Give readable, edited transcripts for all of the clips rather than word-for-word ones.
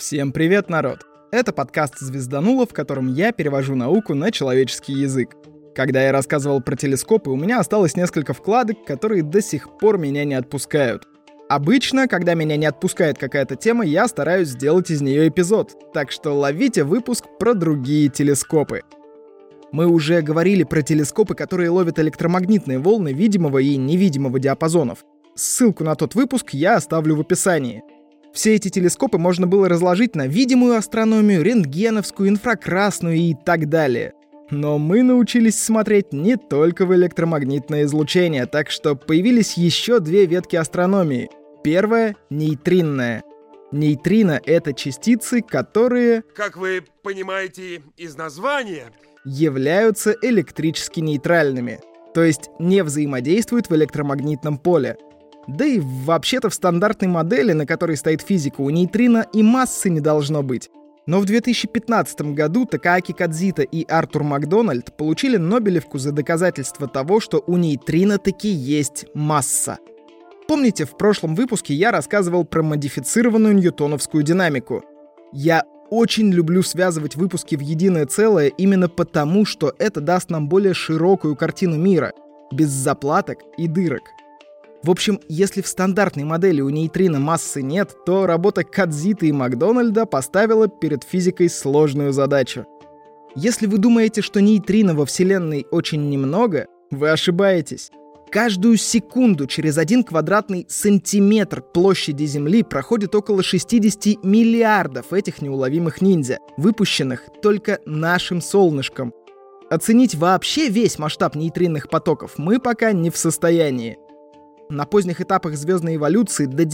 Всем привет, народ! Это подкаст «Звездануло», в котором я перевожу науку на человеческий язык. Когда я рассказывал про телескопы, у меня осталось несколько вкладок, которые до сих пор меня не отпускают. Обычно, когда меня не отпускает какая-то тема, я стараюсь сделать из нее эпизод, так что ловите выпуск про другие телескопы. Мы уже говорили про телескопы, которые ловят электромагнитные волны видимого и невидимого диапазонов. Ссылку на тот выпуск я оставлю в описании. Все эти телескопы можно было разложить на видимую астрономию, рентгеновскую, инфракрасную и так далее. Но мы научились смотреть не только в электромагнитное излучение, так что появились еще две ветки астрономии. Первая — нейтринная. Нейтрино — это частицы, которые, как вы понимаете из названия, являются электрически нейтральными, то есть не взаимодействуют в электромагнитном поле. Да и вообще-то в стандартной модели, на которой стоит физика, у нейтрино и массы не должно быть. Но в 2015 году Такааки Кадзита и Артур Макдональд получили Нобелевку за доказательство того, что у нейтрино таки есть масса. Помните, в прошлом выпуске я рассказывал про модифицированную ньютоновскую динамику? Я очень люблю связывать выпуски в единое целое именно потому, что это даст нам более широкую картину мира, без заплаток и дырок. В общем, если в стандартной модели у нейтрино массы нет, то работа Кадзиты и Макдональда поставила перед физикой сложную задачу. Если вы думаете, что нейтрино во Вселенной очень немного, вы ошибаетесь. Каждую секунду через 1 квадратный сантиметр площади Земли проходит около 60 миллиардов этих неуловимых ниндзя, выпущенных только нашим солнышком. Оценить вообще весь масштаб нейтринных потоков мы пока не в состоянии. На поздних этапах звездной эволюции до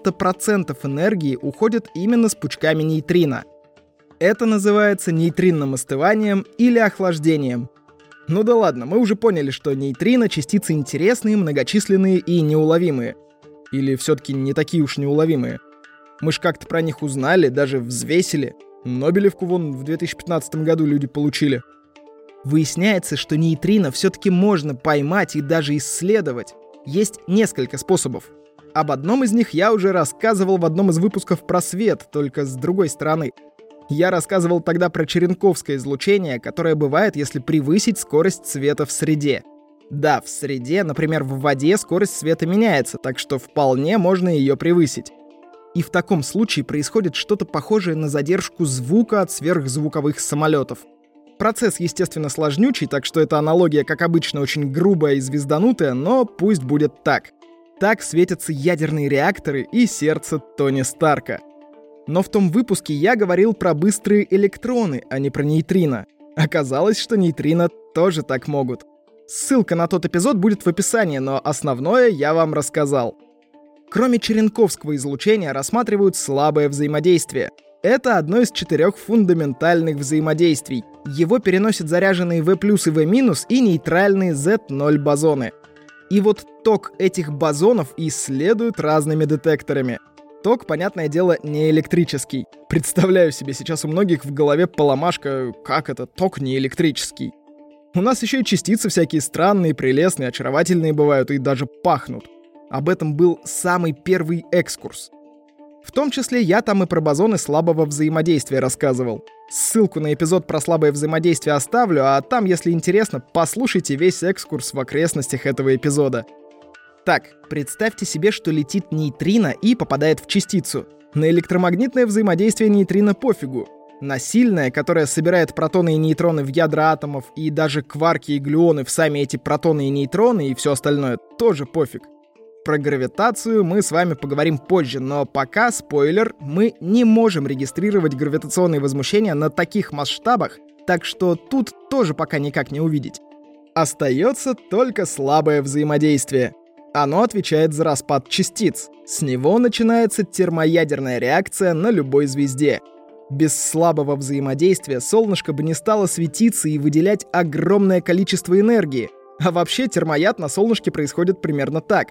90% энергии уходит именно с пучками нейтрино. Это называется нейтринным остыванием или охлаждением. Ну да ладно, мы уже поняли, что нейтрино — частицы интересные, многочисленные и неуловимые. Или все-таки не такие уж неуловимые. Мы ж как-то про них узнали, даже взвесили. Нобелевку вон в 2015 году люди получили. Выясняется, что нейтрино все-таки можно поймать и даже исследовать. Есть несколько способов. Об одном из них я уже рассказывал в одном из выпусков про свет, только с другой стороны. Я рассказывал тогда про черенковское излучение, которое бывает, если превысить скорость света в среде. Да, в среде, например, в воде скорость света меняется, так что вполне можно ее превысить. И в таком случае происходит что-то похожее на задержку звука от сверхзвуковых самолетов. Процесс, естественно, сложнючий, так что эта аналогия, как обычно, очень грубая и звезданутая, но пусть будет так. Так светятся ядерные реакторы и сердце Тони Старка. Но в том выпуске я говорил про быстрые электроны, а не про нейтрино. Оказалось, что нейтрино тоже так могут. Ссылка на тот эпизод будет в описании, но основное я вам рассказал. Кроме черенковского излучения рассматривают слабое взаимодействие. Это одно из 4 фундаментальных взаимодействий. Его переносят заряженные V+, и V- и нейтральные Z0 бозоны. И вот ток этих бозонов исследуют разными детекторами. Ток, понятное дело, не электрический. Представляю себе, сейчас у многих в голове поломашка, как это, ток не электрический. У нас еще и частицы всякие странные, прелестные, очаровательные бывают и даже пахнут. Об этом был самый первый экскурс. В том числе я там и про бозоны слабого взаимодействия рассказывал. Ссылку на эпизод про слабое взаимодействие оставлю, а там, если интересно, послушайте весь экскурс в окрестностях этого эпизода. Так, представьте себе, что летит нейтрино и попадает в частицу. На электромагнитное взаимодействие нейтрино пофигу. На сильное, которое собирает протоны и нейтроны в ядра атомов, и даже кварки и глюоны в сами эти протоны и нейтроны и все остальное, тоже пофиг. Про гравитацию мы с вами поговорим позже, но пока, спойлер, мы не можем регистрировать гравитационные возмущения на таких масштабах, так что тут тоже пока никак не увидеть. Остается только слабое взаимодействие. Оно отвечает за распад частиц. С него начинается термоядерная реакция на любой звезде. Без слабого взаимодействия солнышко бы не стало светиться и выделять огромное количество энергии. А вообще термояд на солнышке происходит примерно так.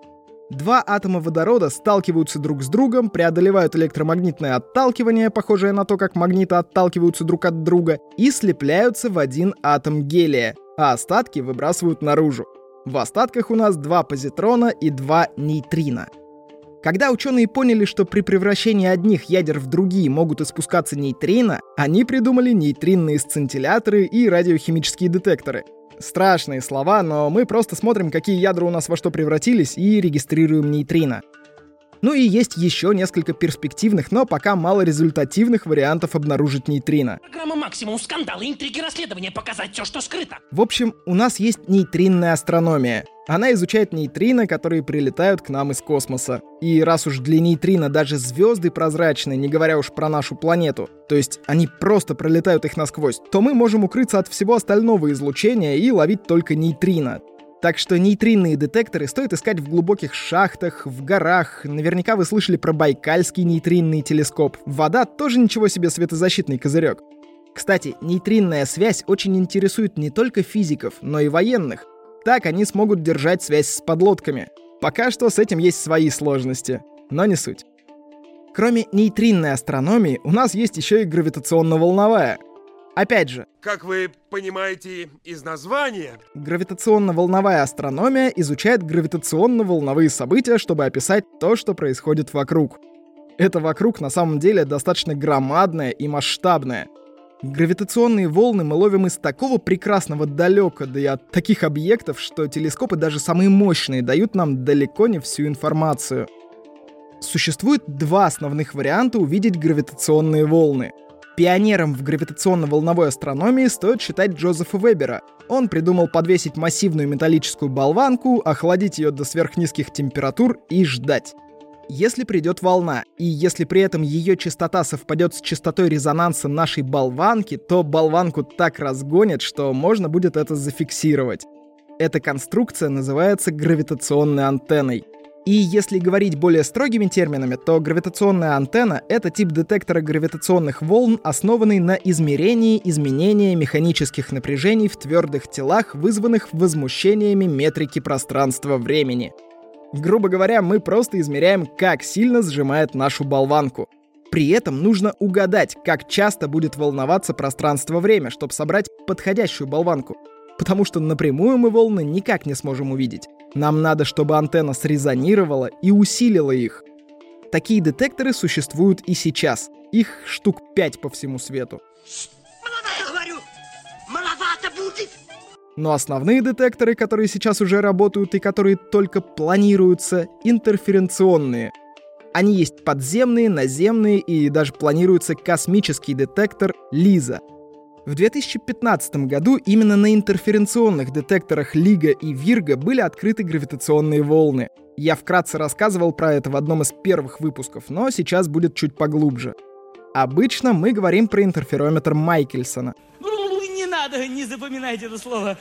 2 атома водорода сталкиваются друг с другом, преодолевают электромагнитное отталкивание, похожее на то, как магниты отталкиваются друг от друга, и слепляются в 1 атом гелия, а остатки выбрасывают наружу. В остатках у нас 2 позитрона и 2 нейтрино. Когда ученые поняли, что при превращении одних ядер в другие могут испускаться нейтрино, они придумали нейтринные сцинтилляторы и радиохимические детекторы. Страшные слова, но мы просто смотрим, какие ядра у нас во что превратились, и регистрируем нейтрино. Ну и есть еще несколько перспективных, но пока малорезультативных вариантов обнаружить нейтрино. Программа «Максимум», скандалы, интриги, расследования, показать все, что скрыто. В общем, у нас есть нейтринная астрономия. Она изучает нейтрино, которые прилетают к нам из космоса. И раз уж для нейтрино даже звезды прозрачны, не говоря уж про нашу планету, то есть они просто пролетают их насквозь, то мы можем укрыться от всего остального излучения и ловить только нейтрино. Так что нейтринные детекторы стоит искать в глубоких шахтах, в горах. Наверняка вы слышали про Байкальский нейтринный телескоп. Вода тоже ничего себе светозащитный козырек. Кстати, нейтринная связь очень интересует не только физиков, но и военных. Так они смогут держать связь с подлодками. Пока что с этим есть свои сложности, но не суть. Кроме нейтринной астрономии, у нас есть еще и гравитационно-волновая. Опять же, как вы понимаете из названия, гравитационно-волновая астрономия изучает гравитационно-волновые события, чтобы описать то, что происходит вокруг. Это вокруг на самом деле достаточно громадное и масштабное. Гравитационные волны мы ловим из такого прекрасного далека, да и от таких объектов, что телескопы даже самые мощные дают нам далеко не всю информацию. Существует два основных варианта увидеть гравитационные волны. Пионером в гравитационно-волновой астрономии стоит считать Джозефа Вебера. Он придумал подвесить массивную металлическую болванку, охладить ее до сверхнизких температур и ждать. Если придет волна, и если при этом ее частота совпадет с частотой резонанса нашей болванки, то болванку так разгонит, что можно будет это зафиксировать. Эта конструкция называется гравитационной антенной. И если говорить более строгими терминами, то гравитационная антенна — это тип детектора гравитационных волн, основанный на измерении изменения механических напряжений в твердых телах, вызванных возмущениями метрики пространства-времени. Грубо говоря, мы просто измеряем, как сильно сжимает нашу болванку. При этом нужно угадать, как часто будет волноваться пространство-время, чтобы собрать подходящую болванку. Потому что напрямую мы волны никак не сможем увидеть. Нам надо, чтобы антенна срезонировала и усилила их. Такие детекторы существуют и сейчас. Их штук 5 по всему свету. Маловато, говорю! Маловато будет! Но основные детекторы, которые сейчас уже работают и которые только планируются, интерференционные. Они есть подземные, наземные и даже планируется космический детектор LISA. В 2015 году именно на интерференционных детекторах LIGA и Virgo были открыты гравитационные волны. Я вкратце рассказывал про это в одном из первых выпусков, но сейчас будет чуть поглубже. Обычно мы говорим про интерферометр Майкельсона. Не надо, не запоминайте это слово.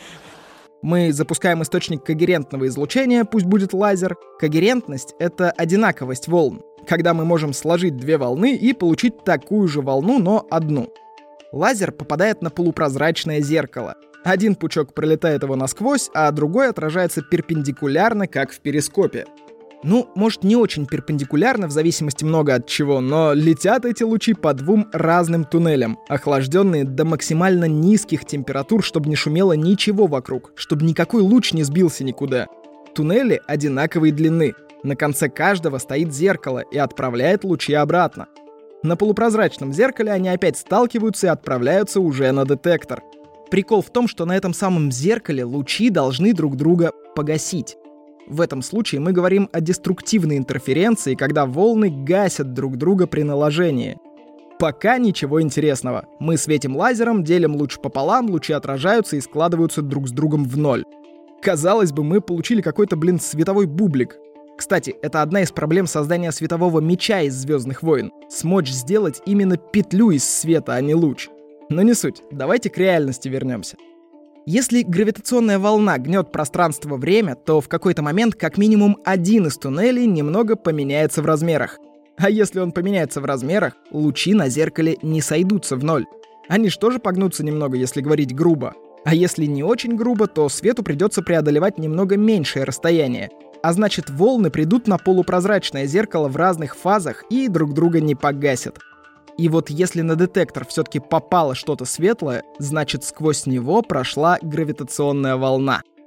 Мы запускаем источник когерентного излучения, пусть будет лазер. Когерентность — это одинаковость волн, когда мы можем сложить две волны и получить такую же волну, но одну. Лазер попадает на полупрозрачное зеркало. Один пучок пролетает его насквозь, а другой отражается перпендикулярно, как в перископе. Ну, может, не очень перпендикулярно, в зависимости много от чего, но летят эти лучи по двум разным туннелям, охлажденные до максимально низких температур, чтобы не шумело ничего вокруг, чтобы никакой луч не сбился никуда. Туннели одинаковой длины. На конце каждого стоит зеркало и отправляет лучи обратно. На полупрозрачном зеркале они опять сталкиваются и отправляются уже на детектор. Прикол в том, что на этом самом зеркале лучи должны друг друга погасить. В этом случае мы говорим о деструктивной интерференции, когда волны гасят друг друга при наложении. Пока ничего интересного. Мы светим лазером, делим луч пополам, лучи отражаются и складываются друг с другом в ноль. Казалось бы, мы получили какой-то, световой бублик. Кстати, это одна из проблем создания светового меча из «Звездных войн». Смочь сделать именно петлю из света, а не луч. Но не суть, давайте к реальности вернемся. Если гравитационная волна гнет пространство-время, то в какой-то момент как минимум один из туннелей немного поменяется в размерах. А если он поменяется в размерах, лучи на зеркале не сойдутся в ноль. Они же тоже погнутся немного, если говорить грубо. А если не очень грубо, то свету придется преодолевать немного меньшее расстояние. А значит, волны придут на полупрозрачное зеркало в разных фазах и друг друга не погасят. И вот если на детектор все-таки попало что-то светлое, значит, сквозь него прошла гравитационная волна.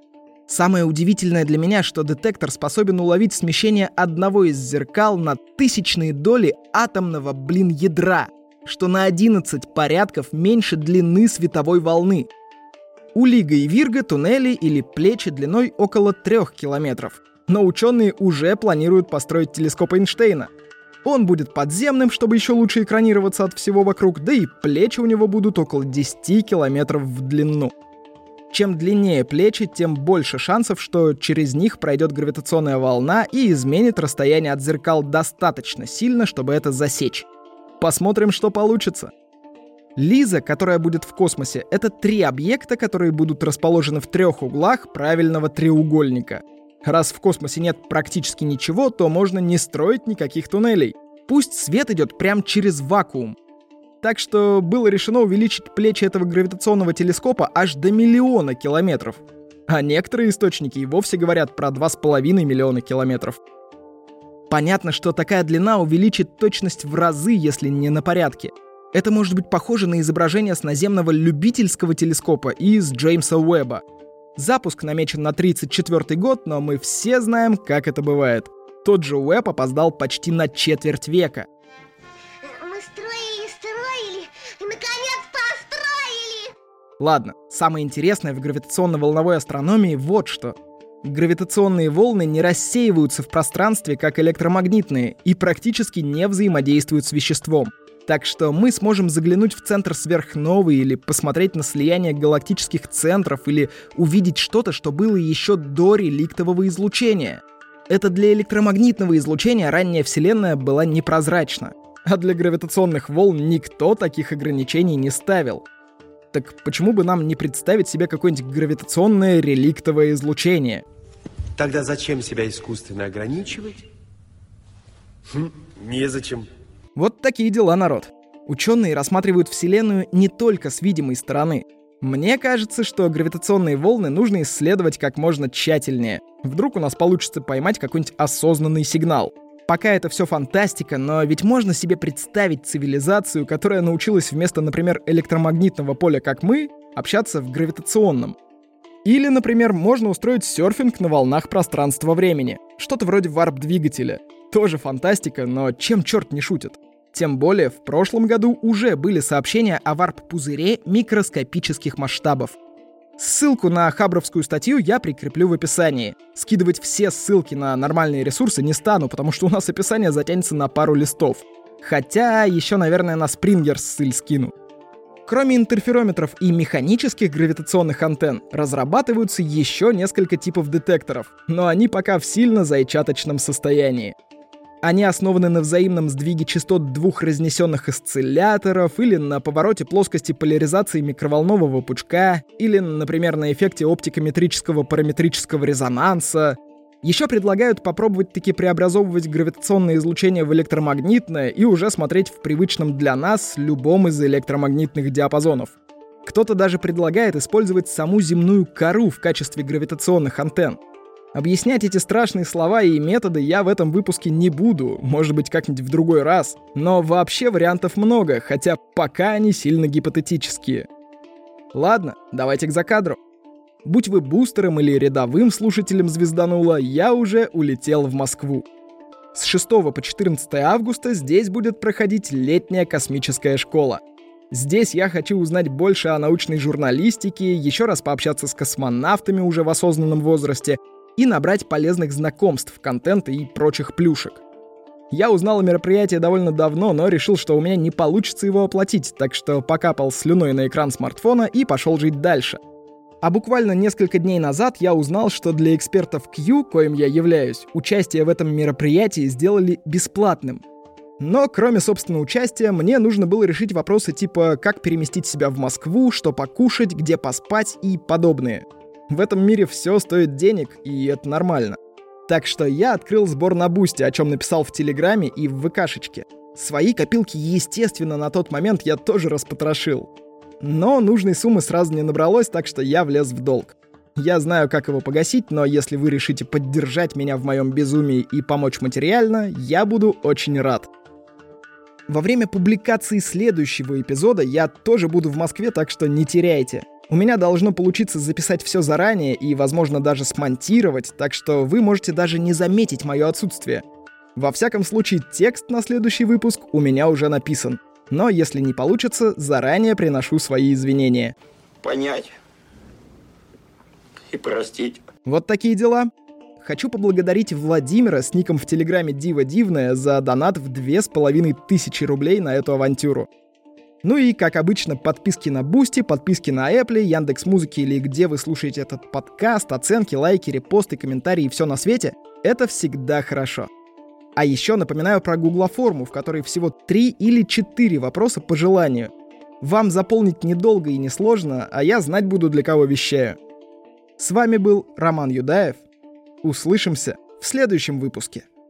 Самое удивительное для меня, что детектор способен уловить смещение одного из зеркал на тысячные доли атомного, ядра, что на 11 порядков меньше длины световой волны. У Лига и Вирга туннели или плечи длиной около 3 километров. Но ученые уже планируют построить телескоп Эйнштейна. Он будет подземным, чтобы еще лучше экранироваться от всего вокруг, да и плечи у него будут около 10 километров в длину. Чем длиннее плечи, тем больше шансов, что через них пройдет гравитационная волна и изменит расстояние от зеркал достаточно сильно, чтобы это засечь. Посмотрим, что получится. Лиза, которая будет в космосе, это 3 объекта, которые будут расположены в 3 углах правильного треугольника. Раз в космосе нет практически ничего, то можно не строить никаких туннелей. Пусть свет идет прямо через вакуум. Так что было решено увеличить плечи этого гравитационного телескопа аж до 1 миллиона километров. А некоторые источники и вовсе говорят про 2,5 миллиона километров. Понятно, что такая длина увеличит точность в разы, если не на порядке. Это может быть похоже на изображение с наземного любительского телескопа из Джеймса Уэбба. Запуск намечен на 1934 год, но мы все знаем, как это бывает. Тот же Уэбб опоздал почти на четверть века. И, наконец, построили! Ладно, самое интересное в гравитационно-волновой астрономии вот что. Гравитационные волны не рассеиваются в пространстве, как электромагнитные, и практически не взаимодействуют с веществом. Так что мы сможем заглянуть в центр сверхновой или посмотреть на слияние галактических центров или увидеть что-то, что было еще до реликтового излучения. Это для электромагнитного излучения ранняя Вселенная была непрозрачна. А для гравитационных волн никто таких ограничений не ставил. Так почему бы нам не представить себе какое-нибудь гравитационное реликтовое излучение? Тогда зачем себя искусственно ограничивать? Незачем. Вот такие дела, народ. Ученые рассматривают Вселенную не только с видимой стороны. Мне кажется, что гравитационные волны нужно исследовать как можно тщательнее. Вдруг у нас получится поймать какой-нибудь осознанный сигнал. Пока это все фантастика, но ведь можно себе представить цивилизацию, которая научилась вместо, например, электромагнитного поля, как мы, общаться в гравитационном. Или, например, можно устроить серфинг на волнах пространства-времени. Что-то вроде варп-двигателя. Тоже фантастика, но чем черт не шутит? Тем более, в прошлом году уже были сообщения о варп-пузыре микроскопических масштабов. Ссылку на хабровскую статью я прикреплю в описании. Скидывать все ссылки на нормальные ресурсы не стану, потому что у нас описание затянется на пару листов. Хотя еще, наверное, на Springer ссыль скину. Кроме интерферометров и механических гравитационных антенн, разрабатываются еще несколько типов детекторов, но они пока в сильно зачаточном состоянии. Они основаны на взаимном сдвиге частот 2 разнесенных осцилляторов или на повороте плоскости поляризации микроволнового пучка, или, например, на эффекте оптикометрического параметрического резонанса. Еще предлагают попробовать таки преобразовывать гравитационное излучение в электромагнитное и уже смотреть в привычном для нас любом из электромагнитных диапазонов. Кто-то даже предлагает использовать саму земную кору в качестве гравитационных антенн. Объяснять эти страшные слова и методы я в этом выпуске не буду, может быть, как-нибудь в другой раз. Но вообще вариантов много, хотя пока они сильно гипотетические. Ладно, давайте к закадру. Будь вы бустером или рядовым слушателем «Звезданула», я уже улетел в Москву. С 6 по 14 августа здесь будет проходить летняя космическая школа. Здесь я хочу узнать больше о научной журналистике, еще раз пообщаться с космонавтами уже в осознанном возрасте и набрать полезных знакомств, контента и прочих плюшек. Я узнал о мероприятии довольно давно, но решил, что у меня не получится его оплатить, так что покапал слюной на экран смартфона и пошел жить дальше. А буквально несколько дней назад я узнал, что для экспертов Q, коим я являюсь, участие в этом мероприятии сделали бесплатным. Но кроме, собственно, участия, мне нужно было решить вопросы типа как переместить себя в Москву, что покушать, где поспать и подобные. В этом мире все стоит денег, и это нормально. Так что я открыл сбор на Бусти, о чем написал в Телеграме и в ВКшечке. Свои копилки, естественно, на тот момент я тоже распотрошил. Но нужной суммы сразу не набралось, так что я влез в долг. Я знаю, как его погасить, но если вы решите поддержать меня в моем безумии и помочь материально, я буду очень рад. Во время публикации следующего эпизода я тоже буду в Москве, так что не теряйте. У меня должно получиться записать все заранее и, возможно, даже смонтировать, так что вы можете даже не заметить мое отсутствие. Во всяком случае, текст на следующий выпуск у меня уже написан. Но если не получится, заранее приношу свои извинения. Понять и простить. Вот такие дела. Хочу поблагодарить Владимира с ником в Телеграме Дива Дивная за донат в 2500 рублей на эту авантюру. Ну и, как обычно, подписки на Бусти, подписки на Apple, Яндекс.Музыке или где вы слушаете этот подкаст, оценки, лайки, репосты, комментарии и все на свете — это всегда хорошо. А еще напоминаю про Гугла-форму, в которой всего 3 или 4 вопроса по желанию. Вам заполнить недолго и несложно, а я знать буду, для кого вещаю. С вами был Роман Юдаев. Услышимся в следующем выпуске.